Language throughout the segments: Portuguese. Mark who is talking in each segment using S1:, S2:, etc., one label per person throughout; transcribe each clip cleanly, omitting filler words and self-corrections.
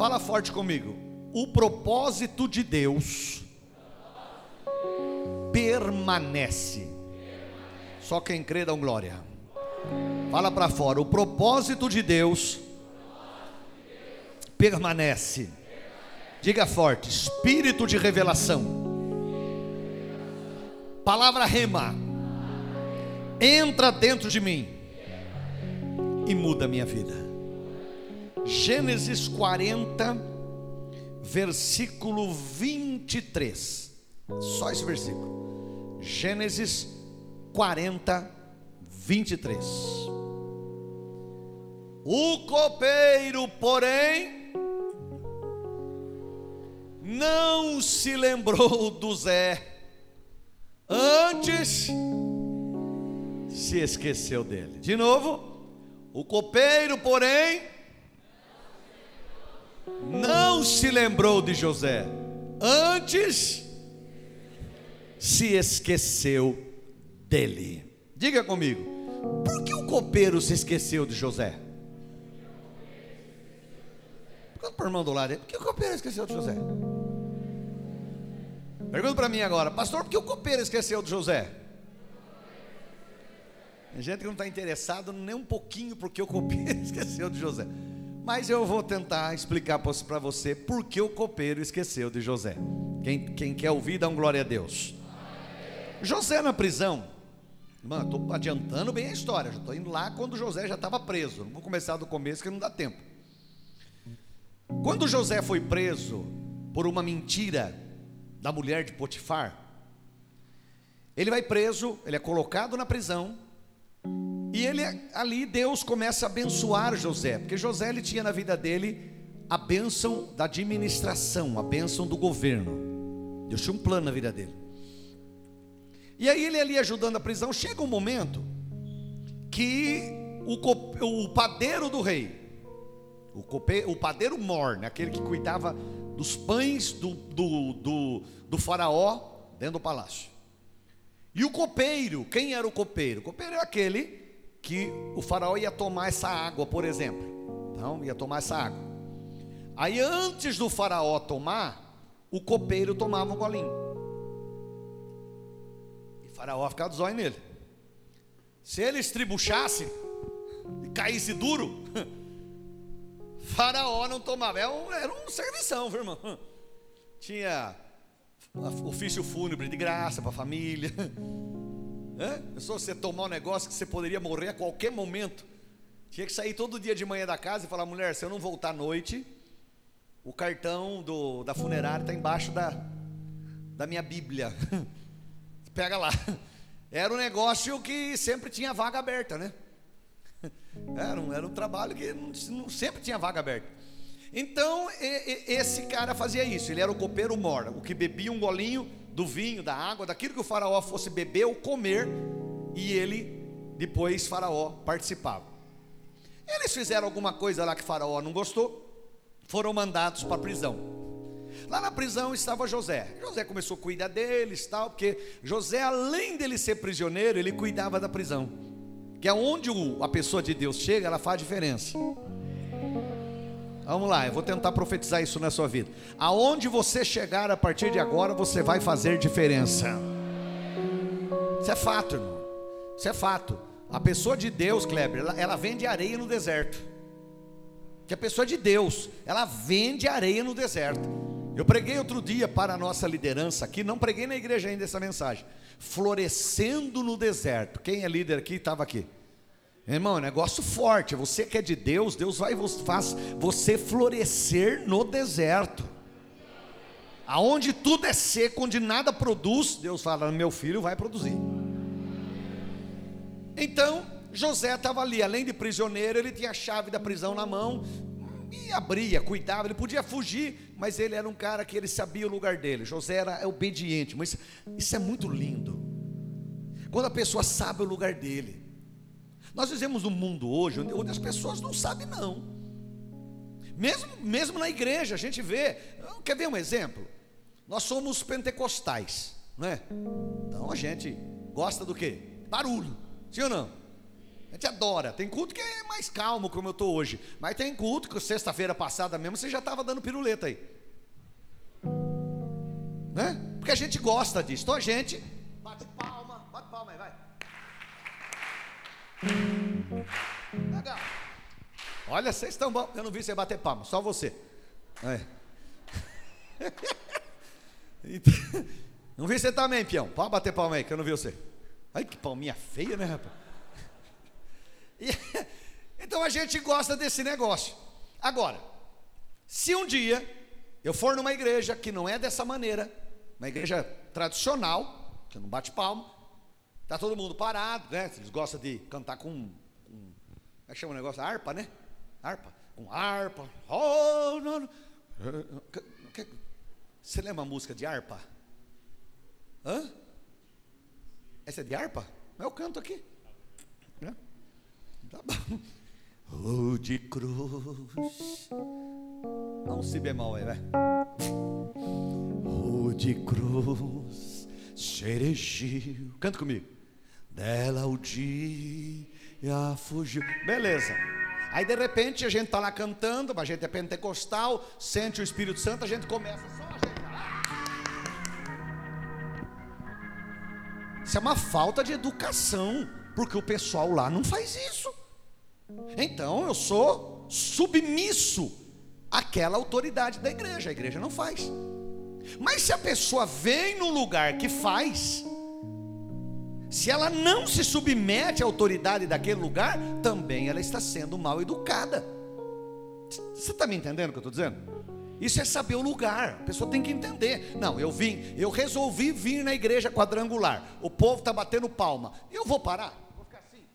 S1: Fala forte comigo. O propósito de Deus permanece. Só quem crê dá um glória. Fala para fora. O propósito de Deus permanece. Diga forte. Espírito de revelação. Palavra rema. Entra dentro de mim e muda a minha vida. Gênesis 40, versículo 23. Só esse versículo. Gênesis 40, 23. O copeiro, porém, não se lembrou do Zé, antes se esqueceu dele. De novo. O copeiro, porém, não se lembrou de José, antes se esqueceu dele. Diga comigo, por que o copeiro se esqueceu de José? Pergunta para o irmão do lado, por que o copeiro esqueceu de José? Pergunta para mim agora, pastor, por que o copeiro esqueceu de José? Tem gente que não está interessado nem um pouquinho porque o copeiro esqueceu de José. Mas eu vou tentar explicar para você por que o copeiro esqueceu de José. Quem quer ouvir, dá um glória a Deus. José na prisão. Mano, estou adiantando bem a história. Já estou indo lá quando José já estava preso. Não vou começar do começo que não dá tempo. Quando José foi preso por uma mentira da mulher de Potifar, ele vai preso, ele é colocado na prisão. E ele ali, Deus começa a abençoar José, porque José ele tinha na vida dele a bênção da administração, a bênção do governo. Deus tinha um plano na vida dele. E aí ele ali ajudando a prisão, chega um momento que o padeiro do rei, o padeiro mor, né, aquele que cuidava dos pães do faraó dentro do palácio. E o copeiro, quem era o copeiro? O copeiro é aquele que o faraó ia tomar essa água, por exemplo. Então, ia tomar essa água. Aí, antes do faraó tomar, o copeiro tomava um golinho. E o faraó ficava do zóio nele. Se ele estribuchasse e caísse duro, faraó não tomava. Era um servição, viu, irmão? Tinha ofício fúnebre de graça para a família. Só você tomar um negócio que você poderia morrer a qualquer momento. Tinha que sair todo dia de manhã da casa e falar: mulher, se eu não voltar à noite, o cartão da funerária está embaixo da minha Bíblia. Pega lá. Era um negócio que sempre tinha vaga aberta, né? Era um trabalho que não sempre tinha vaga aberta. Então esse cara fazia isso. Ele era o copeiro mor, o que bebia um golinho do vinho, da água, daquilo que o faraó fosse beber ou comer, e ele, depois faraó, participava. Eles fizeram alguma coisa lá que faraó não gostou, foram mandados para a prisão. Lá na prisão estava José. José começou a cuidar deles, tal, porque José, além dele ser prisioneiro, ele cuidava da prisão, que é onde a pessoa de Deus chega, ela faz diferença. Vamos lá, eu vou tentar profetizar isso na sua vida. Aonde você chegar a partir de agora, você vai fazer diferença. Isso é fato, irmão. Isso é fato. A pessoa de Deus, Kleber, ela vende areia no deserto. Que a pessoa de Deus, ela vende areia no deserto. Eu preguei outro dia para a nossa liderança aqui, não preguei na igreja ainda essa mensagem. Florescendo no deserto. Quem é líder aqui estava aqui. Irmão, é um negócio forte. Você que é de Deus, Deus faz você florescer no deserto. Aonde tudo é seco, onde nada produz, Deus fala: meu filho vai produzir. Então, José estava ali, além de prisioneiro, ele tinha a chave da prisão na mão, e abria, cuidava, ele podia fugir, mas ele era um cara que ele sabia o lugar dele. José era obediente, mas isso é muito lindo, quando a pessoa sabe o lugar dele. Nós vivemos num mundo hoje onde as pessoas não sabem não. Mesmo na igreja a gente vê. Quer ver um exemplo? Nós somos pentecostais, não é? Então a gente gosta do quê? Barulho, sim ou não? A gente adora. Tem culto que é mais calmo, como eu estou hoje. Mas tem culto que sexta-feira passada mesmo você já estava dando piruleta aí, né? Porque a gente gosta disso. Então a gente bate palma aí, vai. Legal. Olha, vocês estão bons. Eu não vi você bater palma, só você. Não vi você também, peão. Pode bater palma aí, que eu não vi você. Ai, que palminha feia, né, rapaz? Então a gente gosta desse negócio. Agora, se um dia eu for numa igreja que não é dessa maneira, uma igreja tradicional, que não bate palma, tá todo mundo parado, né? Eles gostam de cantar como é que chama o negócio? Harpa, né? Harpa. Com harpa. Oh, não. Você lembra a música de harpa? Hã? Essa é de harpa? Eu canto aqui. Tá bom. Oh, de cruz. Dá um si bemol aí, vai. Oh, de cruz xeregiu. Canta comigo. Dela o dia fugiu. Beleza. Aí de repente a gente tá lá cantando, a gente é pentecostal, sente o Espírito Santo, a gente começa só a gente. Isso é uma falta de educação, porque o pessoal lá não faz isso. Então eu sou submisso àquela autoridade da igreja. A igreja não faz. Mas se a pessoa vem num lugar que faz, se ela não se submete à autoridade daquele lugar, também ela está sendo mal educada. Você está me entendendo o que eu estou dizendo? Isso é saber o lugar. A pessoa tem que entender. Não, eu resolvi vir na igreja quadrangular. O povo está batendo palma. Eu vou parar? Vou ficar assim?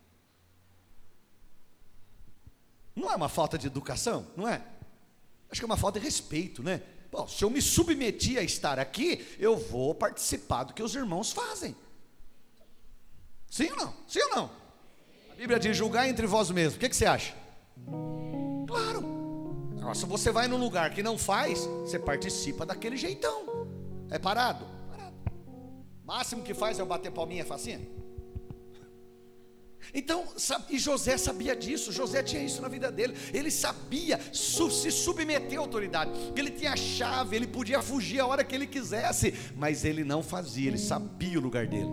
S1: Não é uma falta de educação? Não é? Acho que é uma falta de respeito, né? Bom, se eu me submeti a estar aqui, eu vou participar do que os irmãos fazem. Sim ou não? Sim ou não? A Bíblia diz: julgar entre vós mesmos. O que você acha? Claro. Agora, se você vai num lugar que não faz, você participa daquele jeitão. É parado? Parado. Máximo que faz é eu bater palminha facinha. Então, e José sabia disso. José tinha isso na vida dele. Ele sabia se submeter à autoridade. Ele tinha a chave, ele podia fugir a hora que ele quisesse, mas ele não fazia, ele sabia o lugar dele.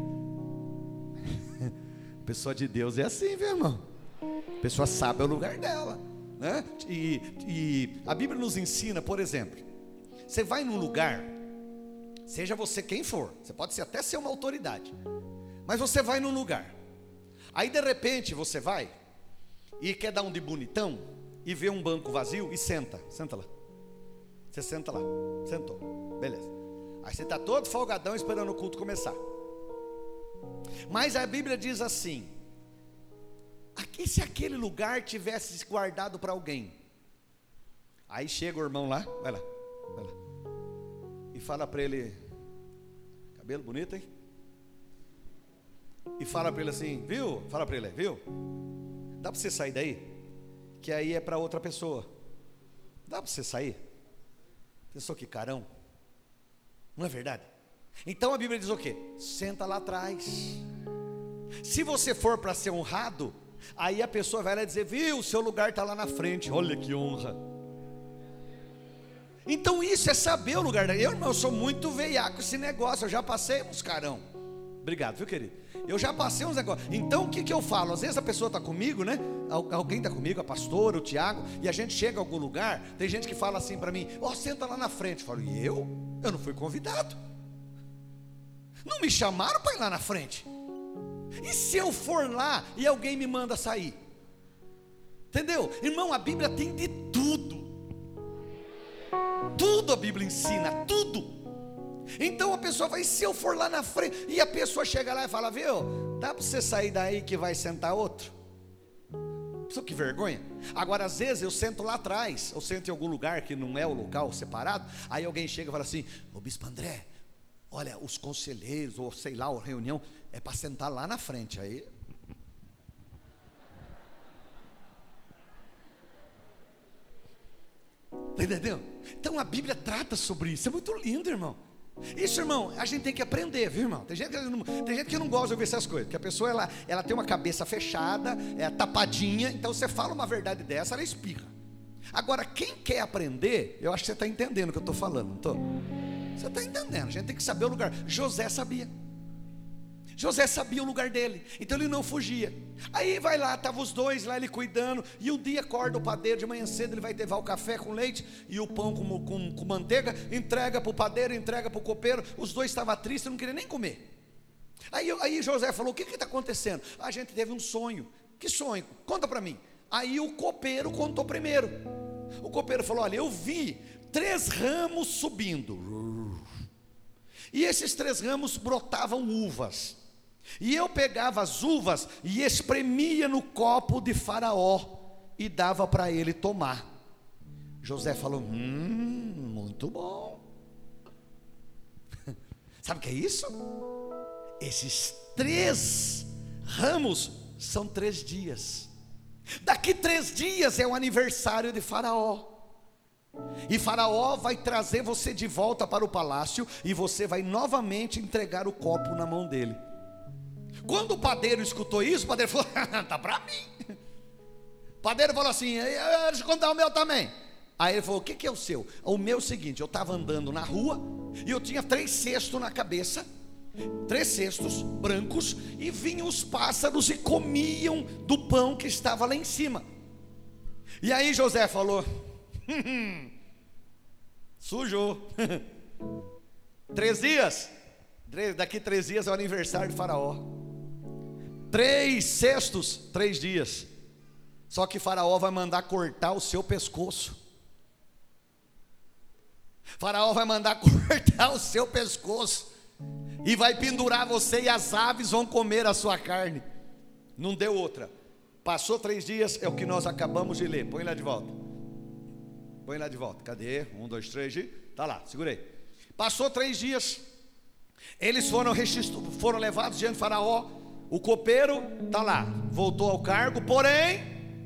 S1: Pessoa de Deus é assim, viu, irmão? A pessoa sabe o lugar dela, né? E a Bíblia nos ensina, por exemplo, você vai num lugar, seja você quem for, você pode até ser uma autoridade, mas você vai num lugar, aí de repente você vai e quer dar um de bonitão e vê um banco vazio e senta lá. Você senta lá, sentou, beleza. Aí você está todo folgadão esperando o culto começar. Mas a Bíblia diz assim: se aquele lugar tivesse guardado para alguém, aí chega o irmão lá, vai lá, e fala para ele: cabelo bonito, hein? E fala para ele assim, viu? Fala para ele, viu? Dá para você sair daí? Que aí é para outra pessoa. Dá para você sair? Pensou que carão? Não é verdade? Então a Bíblia diz o quê? Senta lá atrás. Se você for para ser honrado, aí a pessoa vai lá dizer: viu, o seu lugar está lá na frente. Olha que honra. Então isso é saber o lugar dela. Eu sou muito veiaco esse negócio. Eu já passei uns carão. Obrigado, viu, querido? Eu já passei uns negócios. Então o que eu falo? Às vezes a pessoa está comigo, né? Alguém está comigo, a pastora, o Tiago, e a gente chega a algum lugar. Tem gente que fala assim para mim: senta lá na frente. Eu falo: e eu? Eu não fui convidado. Não me chamaram para ir lá na frente. E se eu for lá e alguém me manda sair? Entendeu? Irmão, a Bíblia tem de tudo. Tudo a Bíblia ensina, tudo. Então a pessoa vai: se eu for lá na frente, e a pessoa chega lá e fala: viu, dá para você sair daí que vai sentar outro? Pessoa, que vergonha. Agora às vezes eu sento lá atrás, eu sento em algum lugar que não é o local separado. Aí alguém chega e fala assim: ô Bispo André, olha, os conselheiros, ou sei lá, a reunião é para sentar lá na frente. Aí, entendeu? Então a Bíblia trata sobre isso. É muito lindo, irmão. Isso, irmão, a gente tem que aprender, viu, irmão? Tem gente que não gosta de ouvir essas coisas, porque a pessoa ela tem uma cabeça fechada, tapadinha, então você fala uma verdade dessa, ela espirra. Agora, quem quer aprender, eu acho que você está entendendo o que eu estou falando, não estou? Você está entendendo, a gente tem que saber o lugar. José sabia o lugar dele, então ele não fugia. Aí vai lá, estavam os dois lá, ele cuidando. E um dia acorda o padeiro, de manhã cedo ele vai levar o café com leite e o pão com manteiga, entrega para o padeiro, entrega para o copeiro. Os dois estavam tristes, não queriam nem comer. Aí José falou: o que está acontecendo? A gente teve um sonho. Que sonho? Conta para mim. Aí o copeiro contou primeiro. O copeiro falou: olha, eu vi 3 ramos subindo, e esses 3 ramos brotavam uvas, e eu pegava as uvas e espremia no copo de Faraó e dava para ele tomar. José falou: muito bom. Sabe o que é isso? Esses 3 ramos são 3 dias. Daqui 3 dias é o aniversário de Faraó, e Faraó vai trazer você de volta para o palácio, e você vai novamente entregar o copo na mão dele. Quando o padeiro escutou isso, o padeiro falou: tá para mim. O padeiro falou assim: deixa eu contar o meu também. Aí ele falou: o que é o seu? O meu é o seguinte: eu estava andando na rua e eu tinha 3 cestos na cabeça, 3 cestos brancos, e vinham os pássaros e comiam do pão que estava lá em cima. E aí José falou: sujou. 3 dias, daqui 3 dias é o aniversário de Faraó. 3 cestos, 3 dias. Só que Faraó vai mandar cortar o seu pescoço. Faraó vai mandar cortar o seu pescoço e vai pendurar você, e as aves vão comer a sua carne. Não deu outra. Passou 3 dias, é o que nós acabamos de ler. Põe lá de volta. Põe lá de volta. Cadê? 1, 2, 3, está lá, segurei. Passou 3 dias. Eles foram levados diante de Faraó. O copeiro está lá, voltou ao cargo, porém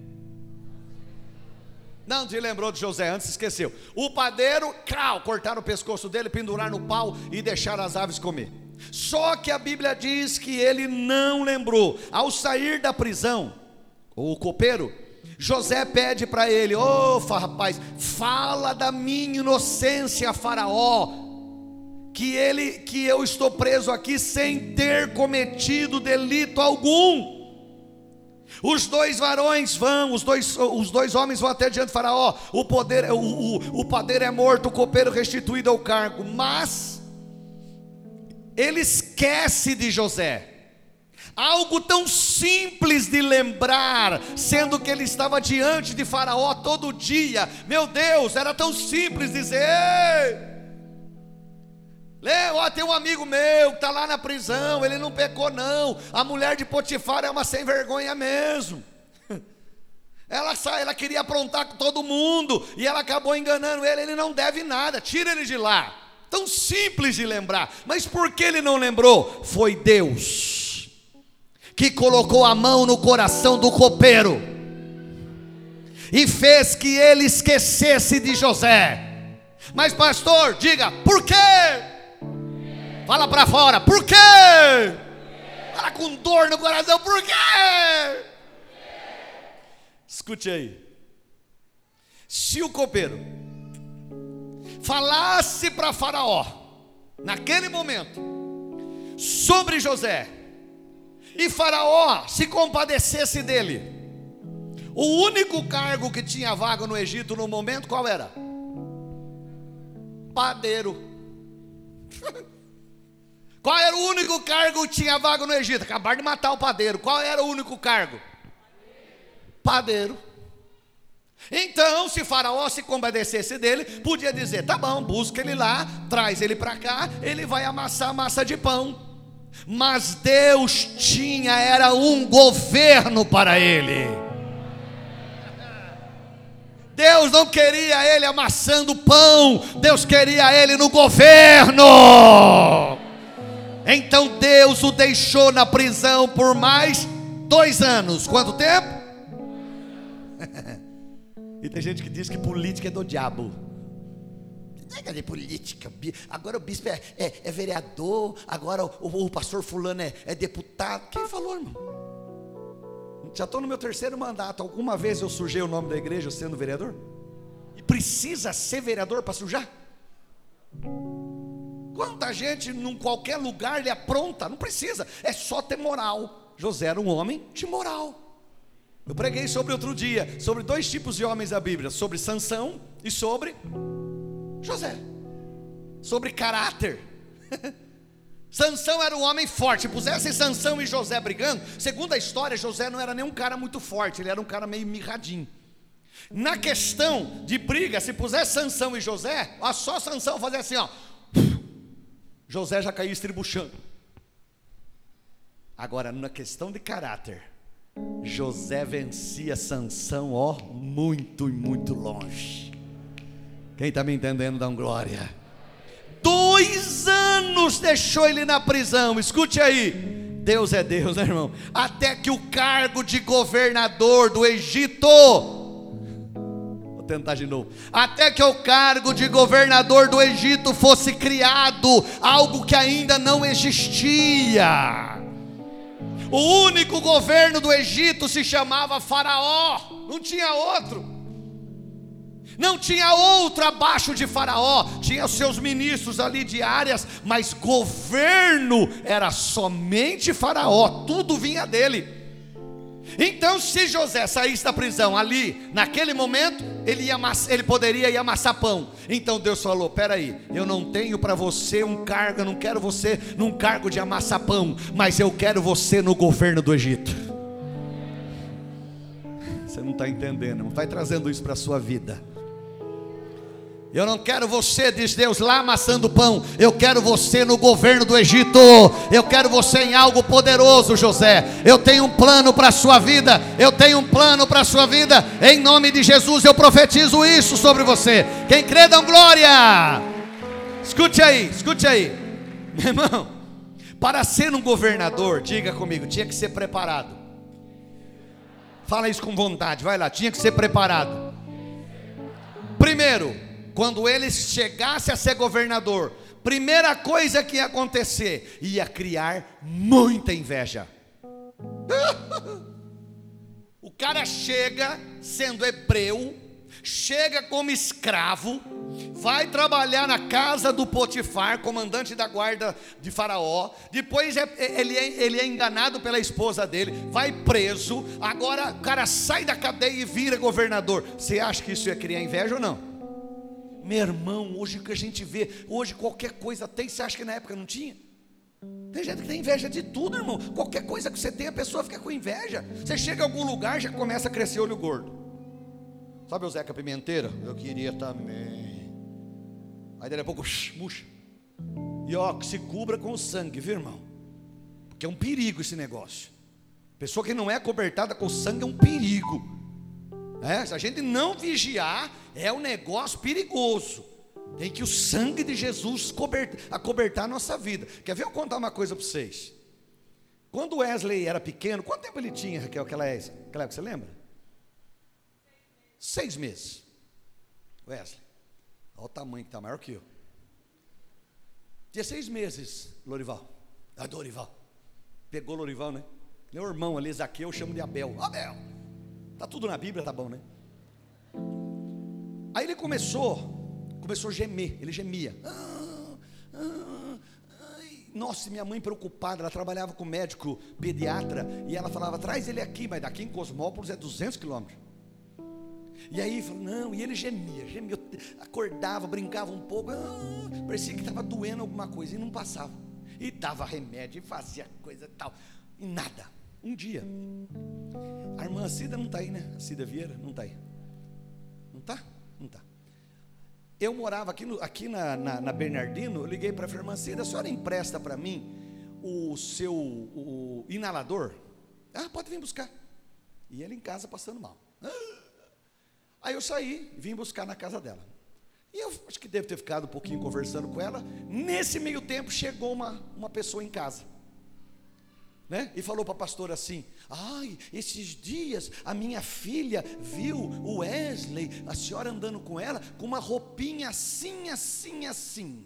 S1: não te lembrou de José, antes esqueceu. O padeiro, cortaram o pescoço dele, penduraram no pau e deixaram as aves comer. Só que a Bíblia diz que ele não lembrou. Ao sair da prisão, o copeiro, José pede para ele: rapaz, fala da minha inocência a Faraó, que eu estou preso aqui sem ter cometido delito algum. Os 2 varões vão, os dois homens vão até diante de Faraó. O padeiro é morto, o copeiro restituído ao cargo. Mas ele esquece de José. Algo tão simples de lembrar, sendo que ele estava diante de Faraó todo dia. Meu Deus, era tão simples dizer: tem um amigo meu que está lá na prisão, ele não pecou não. A mulher de Potifar é uma sem vergonha mesmo. Ela queria aprontar com todo mundo, e ela acabou enganando ele não deve nada, tira ele de lá. Tão simples de lembrar. Mas por que ele não lembrou? Foi Deus que colocou a mão no coração do copeiro e fez que ele esquecesse de José. Mas pastor, diga, por quê? Fala para fora, por quê? Fala com dor no coração, por quê? Escute aí. Se o copeiro falasse para Faraó, naquele momento, sobre José, e Faraó se compadecesse dele, o único cargo que tinha vaga no Egito no momento, qual era? Padeiro. Qual era o único cargo que tinha vaga no Egito? Acabaram de matar o padeiro. Qual era o único cargo? Padeiro. Então, se Faraó se compadecesse dele, podia dizer: tá bom, busca ele lá, traz ele para cá, ele vai amassar massa de pão. Mas Deus era um governo para ele. Deus não queria ele amassando pão, Deus queria ele no governo. Então Deus o deixou na prisão por mais 2 anos. Quanto tempo? E tem gente que diz que política é do diabo. Nega de política. Agora o bispo é vereador. Agora o pastor fulano é deputado. Quem falou, irmão? Já estou no meu 3º mandato. Alguma vez eu sujei o nome da igreja sendo vereador? E precisa ser vereador para sujar? Quanta gente em qualquer lugar ele apronta. Não precisa, é só ter moral. José era um homem de moral. Eu preguei sobre outro dia, sobre 2 tipos de homens da Bíblia, sobre Sansão e sobre José, sobre caráter. Sansão era um homem forte. Se pusessem Sansão e José brigando, segundo a história, José não era nem um cara muito forte, ele era um cara meio mirradinho. Na questão de briga, se pusesse Sansão e José, só Sansão fazia assim, ó, José já caiu estribuchando. Agora, na questão de caráter, José vencia Sansão, ó, muito e muito longe. Quem está me entendendo, dá glória. 2 anos deixou ele na prisão. Escute aí, Deus é Deus, né, irmão? Até que o cargo de governador do Egito, vou tentar de novo, até que o cargo de governador do Egito fosse criado, algo que ainda não existia. O único governo do Egito se chamava Faraó, não tinha outro. Não tinha outro abaixo de Faraó. Tinha os seus ministros ali de áreas, mas governo era somente Faraó, tudo vinha dele. Então, se José saísse da prisão ali, naquele momento, ele poderia ir amassar pão. Então Deus falou: peraí, eu não tenho para você um cargo, eu não quero você num cargo de amassar pão, mas eu quero você no governo do Egito. Você não está entendendo, não vai trazendo isso para a sua vida. Eu não quero você, diz Deus, lá amassando pão. Eu quero você no governo do Egito. Eu quero você em algo poderoso, José. Eu tenho um plano para a sua vida. Eu tenho um plano para a sua vida. Em nome de Jesus eu profetizo isso sobre você. Quem crê, dá glória. Escute aí, meu irmão. Para ser um governador, diga comigo, tinha que ser preparado. Fala isso com vontade, vai lá, tinha que ser preparado. Primeiro, quando ele chegasse a ser governador, primeira coisa que ia acontecer, ia criar muita inveja. O cara chega sendo hebreu, chega como escravo, vai trabalhar na casa do Potifar, comandante da guarda de Faraó. Depois ele é enganado pela esposa dele, vai preso. Agora o cara sai da cadeia e vira governador. Você acha que isso ia criar inveja ou não? Meu irmão, hoje o que a gente vê, hoje qualquer coisa tem. Você acha que na época não tinha? Tem gente que tem inveja de tudo, irmão. Qualquer coisa que você tem, a pessoa fica com inveja. Você chega a algum lugar, já começa a crescer olho gordo. Sabe o Zeca Pimenteira? Eu queria também. Aí daqui a pouco, murcha. E ó, que se cubra com o sangue, viu, irmão? Porque é um perigo esse negócio. Pessoa que não é cobertada com sangue é um perigo. Se a gente não vigiar, é um negócio perigoso. Tem que o sangue de Jesus acobertar a nossa vida. Quer ver eu contar uma coisa para vocês? Quando Wesley era pequeno, quanto tempo ele tinha, Raquel, aquela época, você lembra? 6 meses. Wesley, olha o tamanho que está, maior que eu. Tinha 6 meses, Lorival. Dorival. Pegou Lorival, né? Meu irmão ali, Zaqueu, eu chamo de Abel. Abel! Está tudo na Bíblia, tá bom, né? Aí ele começou a gemer, ele gemia. Nossa, minha mãe preocupada, ela trabalhava com médico pediatra, e ela falava, traz ele aqui, mas daqui em Cosmópolis é 200 quilômetros. E aí, não, e ele gemia, acordava, brincava um pouco, parecia que estava doendo alguma coisa, e não passava. E dava remédio, e fazia coisa e tal, e nada. Um dia, a irmã Cida não está aí, né? A Cida Vieira não está aí. Não está? Não está. Eu morava aqui na Bernardino. Eu liguei para a irmã Cida: a senhora empresta para mim o seu inalador? Pode vir buscar. E ele em casa passando mal. Aí eu saí e vim buscar na casa dela. E eu acho que devo ter ficado um pouquinho conversando com ela. Nesse meio tempo chegou uma pessoa em casa. né? E falou para a pastora assim: ai, esses dias a minha filha viu o Wesley, a senhora andando com ela, com uma roupinha assim, assim, assim.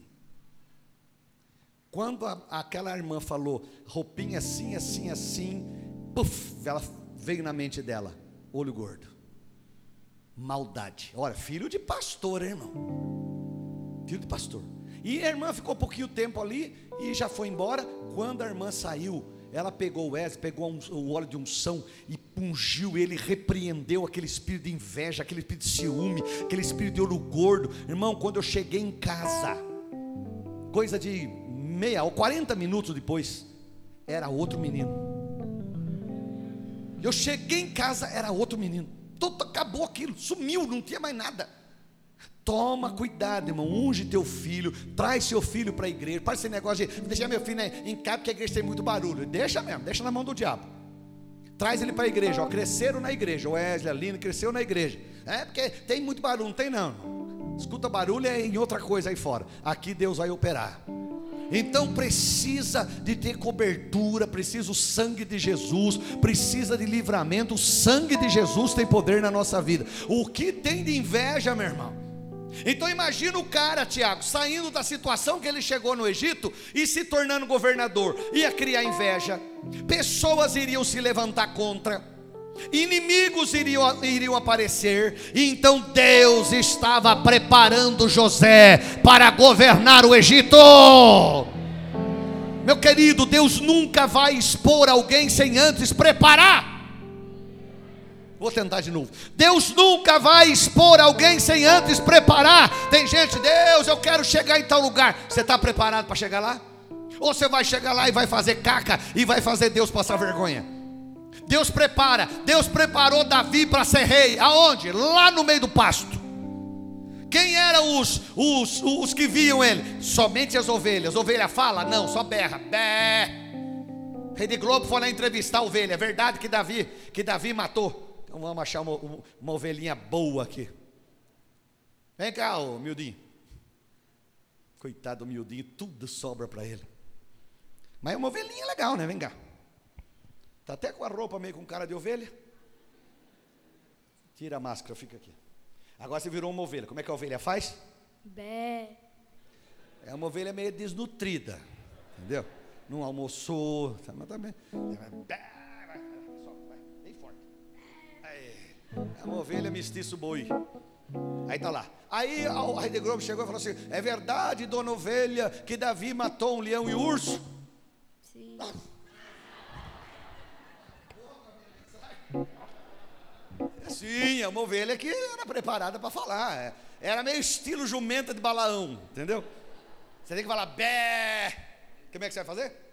S1: Quando aquela irmã falou roupinha assim, assim, assim, puf, ela veio na mente dela: olho gordo, maldade. Olha, filho de pastor, hein, irmão? Filho de pastor. E a irmã ficou um pouquinho tempo ali e já foi embora. Quando a irmã saiu, ela pegou o Wesley, pegou o óleo de unção e pungiu ele, repreendeu aquele espírito de inveja, aquele espírito de ciúme, aquele espírito de olho gordo. Irmão, quando eu cheguei em casa, coisa de meia ou 40 minutos depois, era outro menino. Eu cheguei em casa, era outro menino. Acabou aquilo, sumiu, não tinha mais nada. Toma cuidado, irmão, unge teu filho, traz seu filho para a igreja. Para esse negócio de deixar meu filho em casa porque a igreja tem muito barulho. Deixa mesmo, deixa na mão do diabo. Traz ele para a igreja, ó, cresceram na igreja. O Wesley, a Lina, cresceu na igreja. É porque tem muito barulho, não tem não. Escuta barulho é em outra coisa aí fora. Aqui Deus vai operar. Então precisa de ter cobertura, precisa o sangue de Jesus, precisa de livramento. O sangue de Jesus tem poder na nossa vida. O que tem de inveja, meu irmão? Então imagina o cara, Tiago, saindo da situação que ele chegou no Egito e se tornando governador. Ia criar inveja, pessoas iriam se levantar contra, inimigos iriam aparecer. E então Deus estava preparando José para governar o Egito. Meu querido, Deus nunca vai expor alguém sem antes preparar. Vou tentar de novo. Deus nunca vai expor alguém sem antes preparar. Tem gente: Deus, eu quero chegar em tal lugar. Você está preparado para chegar lá? Ou você vai chegar lá e vai fazer caca e vai fazer Deus passar vergonha? Deus prepara. Deus preparou Davi para ser rei. Aonde? Lá no meio do pasto. Quem eram os que viam ele? Somente as ovelhas. Ovelha fala? Não, só berra. Bé. Rede Globo foi lá entrevistar a ovelha. É verdade que Davi matou? Então vamos achar uma ovelhinha boa aqui. Vem cá, ô miudinho. Coitado do miudinho, tudo sobra para ele. Mas é uma ovelhinha legal, né? Vem cá. Está até com a roupa meio com cara de ovelha. Tira a máscara, fica aqui. Agora você virou uma ovelha. Como é que a ovelha faz?
S2: Bé.
S1: É uma ovelha meio desnutrida. Entendeu? Não almoçou. Mas também. Bem forte. É uma ovelha mestiço boi. Aí tá lá. Aí a Rede Globo chegou e falou assim: é verdade, dona ovelha, que Davi matou um leão e um urso?
S2: Sim.
S1: Sim, é uma ovelha que era preparada para falar. Era meio estilo jumenta de Balaão, entendeu? Você tem que falar bé. Como é que você vai fazer?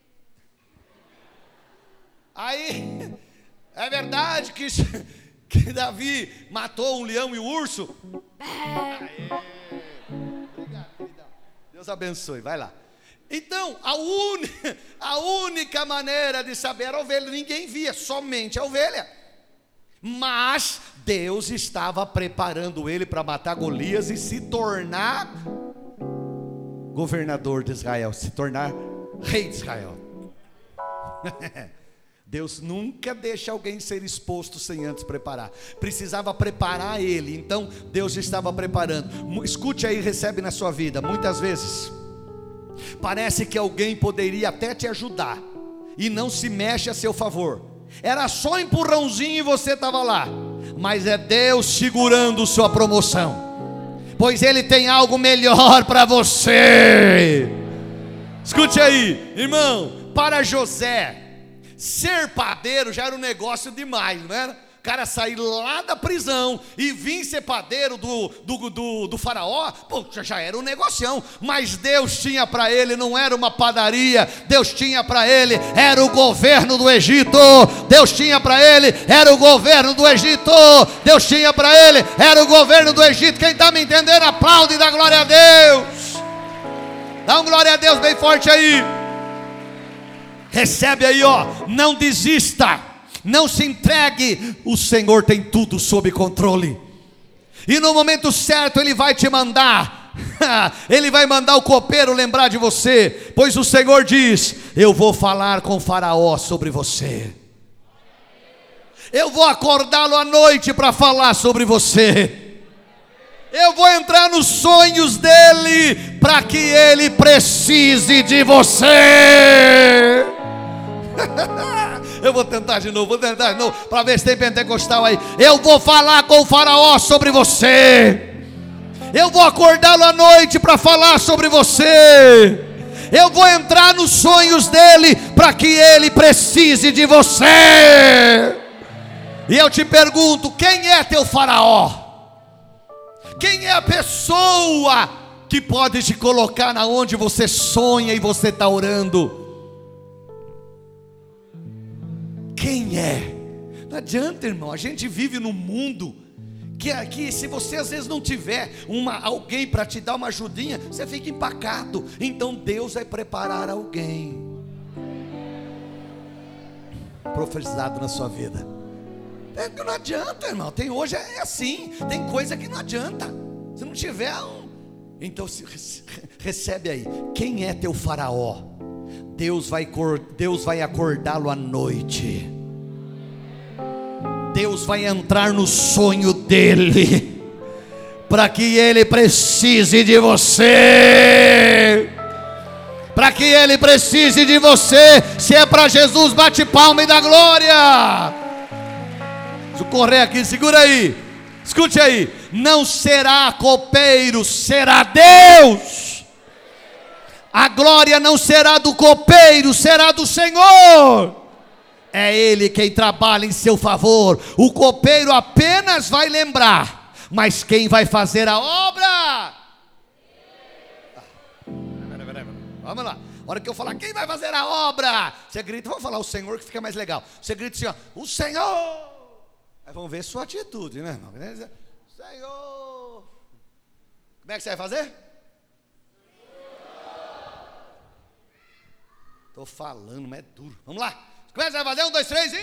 S1: Aí, é verdade que Davi matou um leão e um urso? Aê. Obrigado, queridão. Deus abençoe, vai lá. Então, a única maneira de saber a ovelha, ninguém via, somente a ovelha. Mas Deus estava preparando ele para matar Golias e se tornar governador de Israel, se tornar rei de Israel. Deus nunca deixa alguém ser exposto sem antes preparar. Precisava preparar ele, então Deus estava preparando. Escute aí, recebe na sua vida. Muitas vezes parece que alguém poderia até te ajudar e não se mexe a seu favor. Era só um empurrãozinho e você estava lá. Mas é Deus segurando sua promoção, pois Ele tem algo melhor para você. Escute aí, irmão. Para José, ser padeiro já era um negócio demais, não era? O cara sair lá da prisão e vir ser padeiro do faraó, pô, já era um negocião. Mas Deus tinha para ele, não era uma padaria. Deus tinha para ele, era o governo do Egito. Deus tinha para ele, era o governo do Egito. Deus tinha para ele, era o governo do Egito. Quem está me entendendo, aplaude e dá glória a Deus. Dá um glória a Deus bem forte aí. Recebe aí, ó. Não desista, não se entregue. O Senhor tem tudo sob controle, e no momento certo Ele vai te mandar. Ele vai mandar o copeiro lembrar de você, pois o Senhor diz: Eu vou falar com Faraó sobre você. Eu vou acordá-lo à noite para falar sobre você. Eu vou entrar nos sonhos dele para que ele precise de você. Eu vou tentar de novo, para ver se tem pentecostal aí. Eu vou falar com o Faraó sobre você. Eu vou acordá-lo à noite para falar sobre você. Eu vou entrar nos sonhos dele para que ele precise de você. E eu te pergunto, quem é teu Faraó? Quem é a pessoa que pode te colocar na onde você sonha e você está orando? Quem é? Não adianta, irmão, a gente vive num mundo que aqui, se você às vezes não tiver alguém para te dar uma ajudinha, você fica empacado. Então Deus vai preparar alguém profetizado na sua vida. Não adianta, irmão. Hoje é assim. Tem coisa que não adianta. Se não tiver então recebe aí. Quem é teu Faraó? Deus vai acordá-lo à noite. Deus vai entrar no sonho dele para que ele precise de você. Para que ele precise de você. Se é para Jesus, bate palma e dá glória. Deixa eu correr aqui, segura aí. Escute aí. Não será copeiro, será Deus. A glória não será do copeiro, será do Senhor. É Ele quem trabalha em seu favor. O copeiro apenas vai lembrar, mas quem vai fazer a obra? Vamos lá. A hora que eu falar, quem vai fazer a obra? Você grita, vamos falar o Senhor que fica mais legal. Você grita assim, ó, o Senhor. Aí vamos ver sua atitude, né, irmão? Senhor. Como é que você vai fazer? Estou falando, mas é duro. Vamos lá. Como é que você vai fazer? 1, 2, 3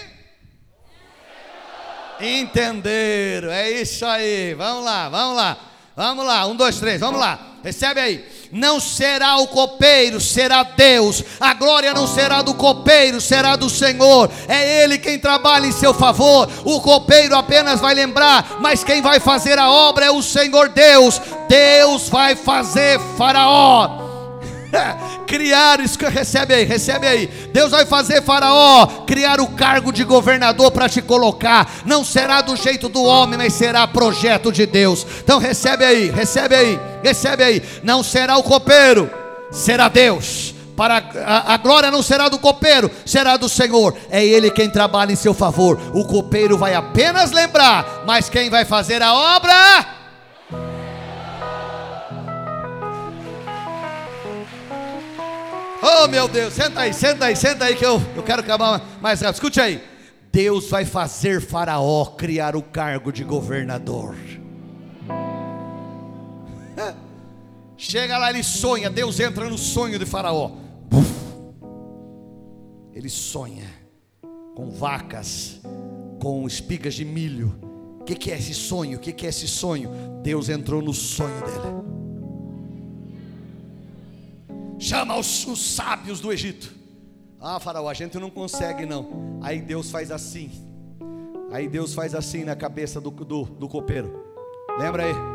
S1: e... Entenderam, é isso aí. Vamos lá. 1, 2, 3, vamos lá. Recebe aí. Não será o copeiro, será Deus. A glória não será do copeiro, será do Senhor. É Ele quem trabalha em seu favor. O copeiro apenas vai lembrar, mas quem vai fazer a obra é o Senhor Deus. Deus vai fazer Faraó criar, recebe aí. Deus vai fazer Faraó criar o cargo de governador para te colocar. Não será do jeito do homem, mas será projeto de Deus. Então recebe aí. Não será o copeiro, será Deus. A glória não será do copeiro, será do Senhor. É Ele quem trabalha em seu favor. O copeiro vai apenas lembrar, mas quem vai fazer a obra? Oh meu Deus, senta aí que eu quero acabar mais rápido. Escute aí. Deus vai fazer Faraó criar o cargo de governador. Chega lá, ele sonha. Deus entra no sonho de Faraó. Ele sonha com vacas, com espigas de milho. O que é esse sonho? Deus entrou no sonho dele. Chama os sábios do Egito. Ah, Faraó, a gente não consegue não. Aí Deus faz assim na cabeça do copeiro. Lembra aí?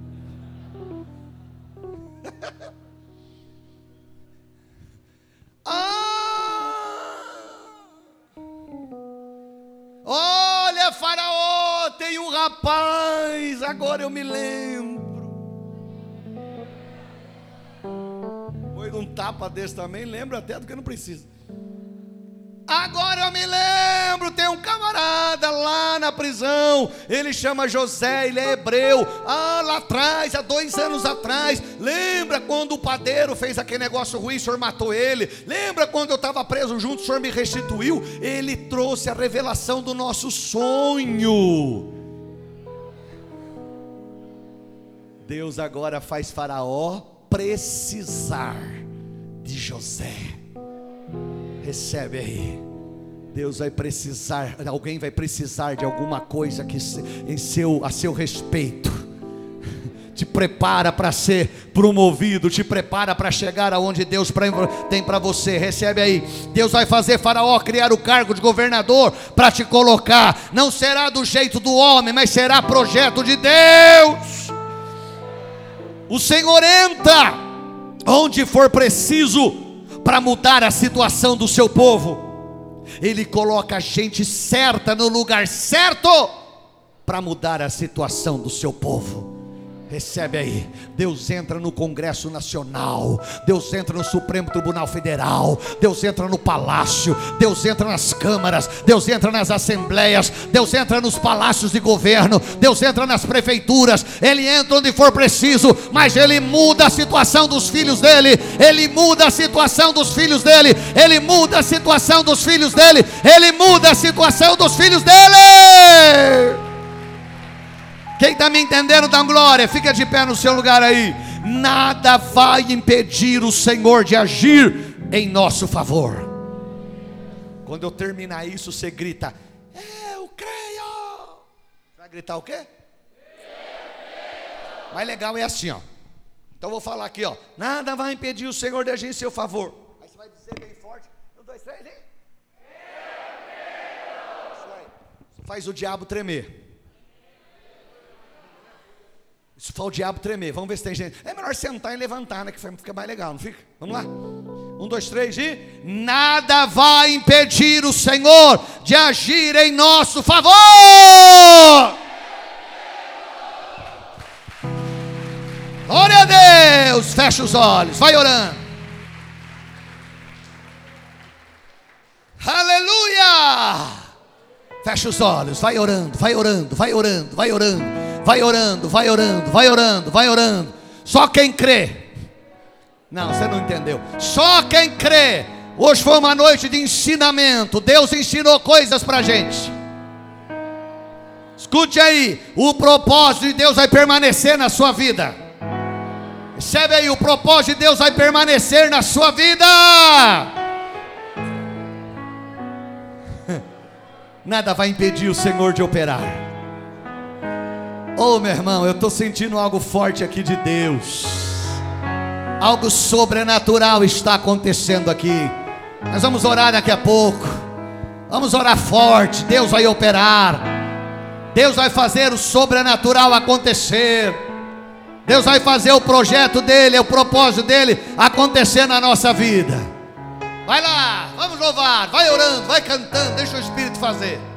S1: Olha, Faraó, tem um rapaz, agora eu me lembro. Foi um tapa desse também, lembro até do que não precisa. Agora eu me lembro, tem um camarada lá na prisão, ele chama José, ele é hebreu. Lá atrás, há 2 anos atrás, lembra quando o padeiro fez aquele negócio ruim, o senhor matou ele? Lembra quando eu estava preso junto, o senhor me restituiu? Ele trouxe a revelação do nosso sonho. Deus agora faz Faraó precisar de José. Recebe aí. Deus vai precisar, alguém vai precisar de alguma coisa que a seu respeito. te prepara para ser promovido, te prepara para chegar aonde Deus tem para você. Recebe aí. Deus vai fazer Faraó criar o cargo de governador para te colocar. Não será do jeito do homem, mas será projeto de Deus. O Senhor entra onde for preciso para mudar a situação do seu povo. Ele coloca a gente certa no lugar certo para mudar a situação do seu povo. Recebe aí. Deus entra no Congresso Nacional, Deus entra no Supremo Tribunal Federal, Deus entra no Palácio, Deus entra nas câmaras, Deus entra nas assembleias, Deus entra nos palácios de governo, Deus entra nas prefeituras. Ele entra onde for preciso, mas Ele muda a situação dos filhos dEle. Ele muda a situação dos filhos dEle. Ele muda a situação dos filhos dEle. Ele muda a situação dos filhos dEle. Quem está me entendendo, dá glória. Fica de pé no seu lugar aí. Nada vai impedir o Senhor de agir em nosso favor. Quando eu terminar isso, você grita: eu creio. Você vai gritar o quê? Mais legal é assim, ó. Então eu vou falar aqui, ó. Nada vai impedir o Senhor de agir em seu favor. Aí você vai dizer bem forte: 1, 2, 3, hein? Isso aí. Isso faz o diabo tremer. Isso faz o diabo tremer. Vamos ver se tem gente. É melhor sentar e levantar, né? Que fica mais legal, não fica? Vamos lá. 1, 2, 3 e... Nada vai impedir o Senhor de agir em nosso favor. Glória a Deus. Fecha os olhos, vai orando. Aleluia. Fecha os olhos, vai orando, vai orando, vai orando, vai orando. Vai orando, vai orando, vai orando, vai orando. Só quem crê. Não, você não entendeu. Só quem crê. Hoje foi uma noite de ensinamento. Deus ensinou coisas pra gente. Escute aí. O propósito de Deus vai permanecer na sua vida. Recebe aí. O propósito de Deus vai permanecer na sua vida. Nada vai impedir o Senhor de operar. Oh, meu irmão, eu estou sentindo algo forte aqui de Deus. Algo sobrenatural está acontecendo aqui. Nós vamos orar daqui a pouco. Vamos orar forte. Deus vai operar. Deus vai fazer o sobrenatural acontecer. Deus vai fazer o projeto dEle, o propósito dEle acontecer na nossa vida. Vai lá, vamos louvar. Vai orando, vai cantando. Deixa o Espírito fazer.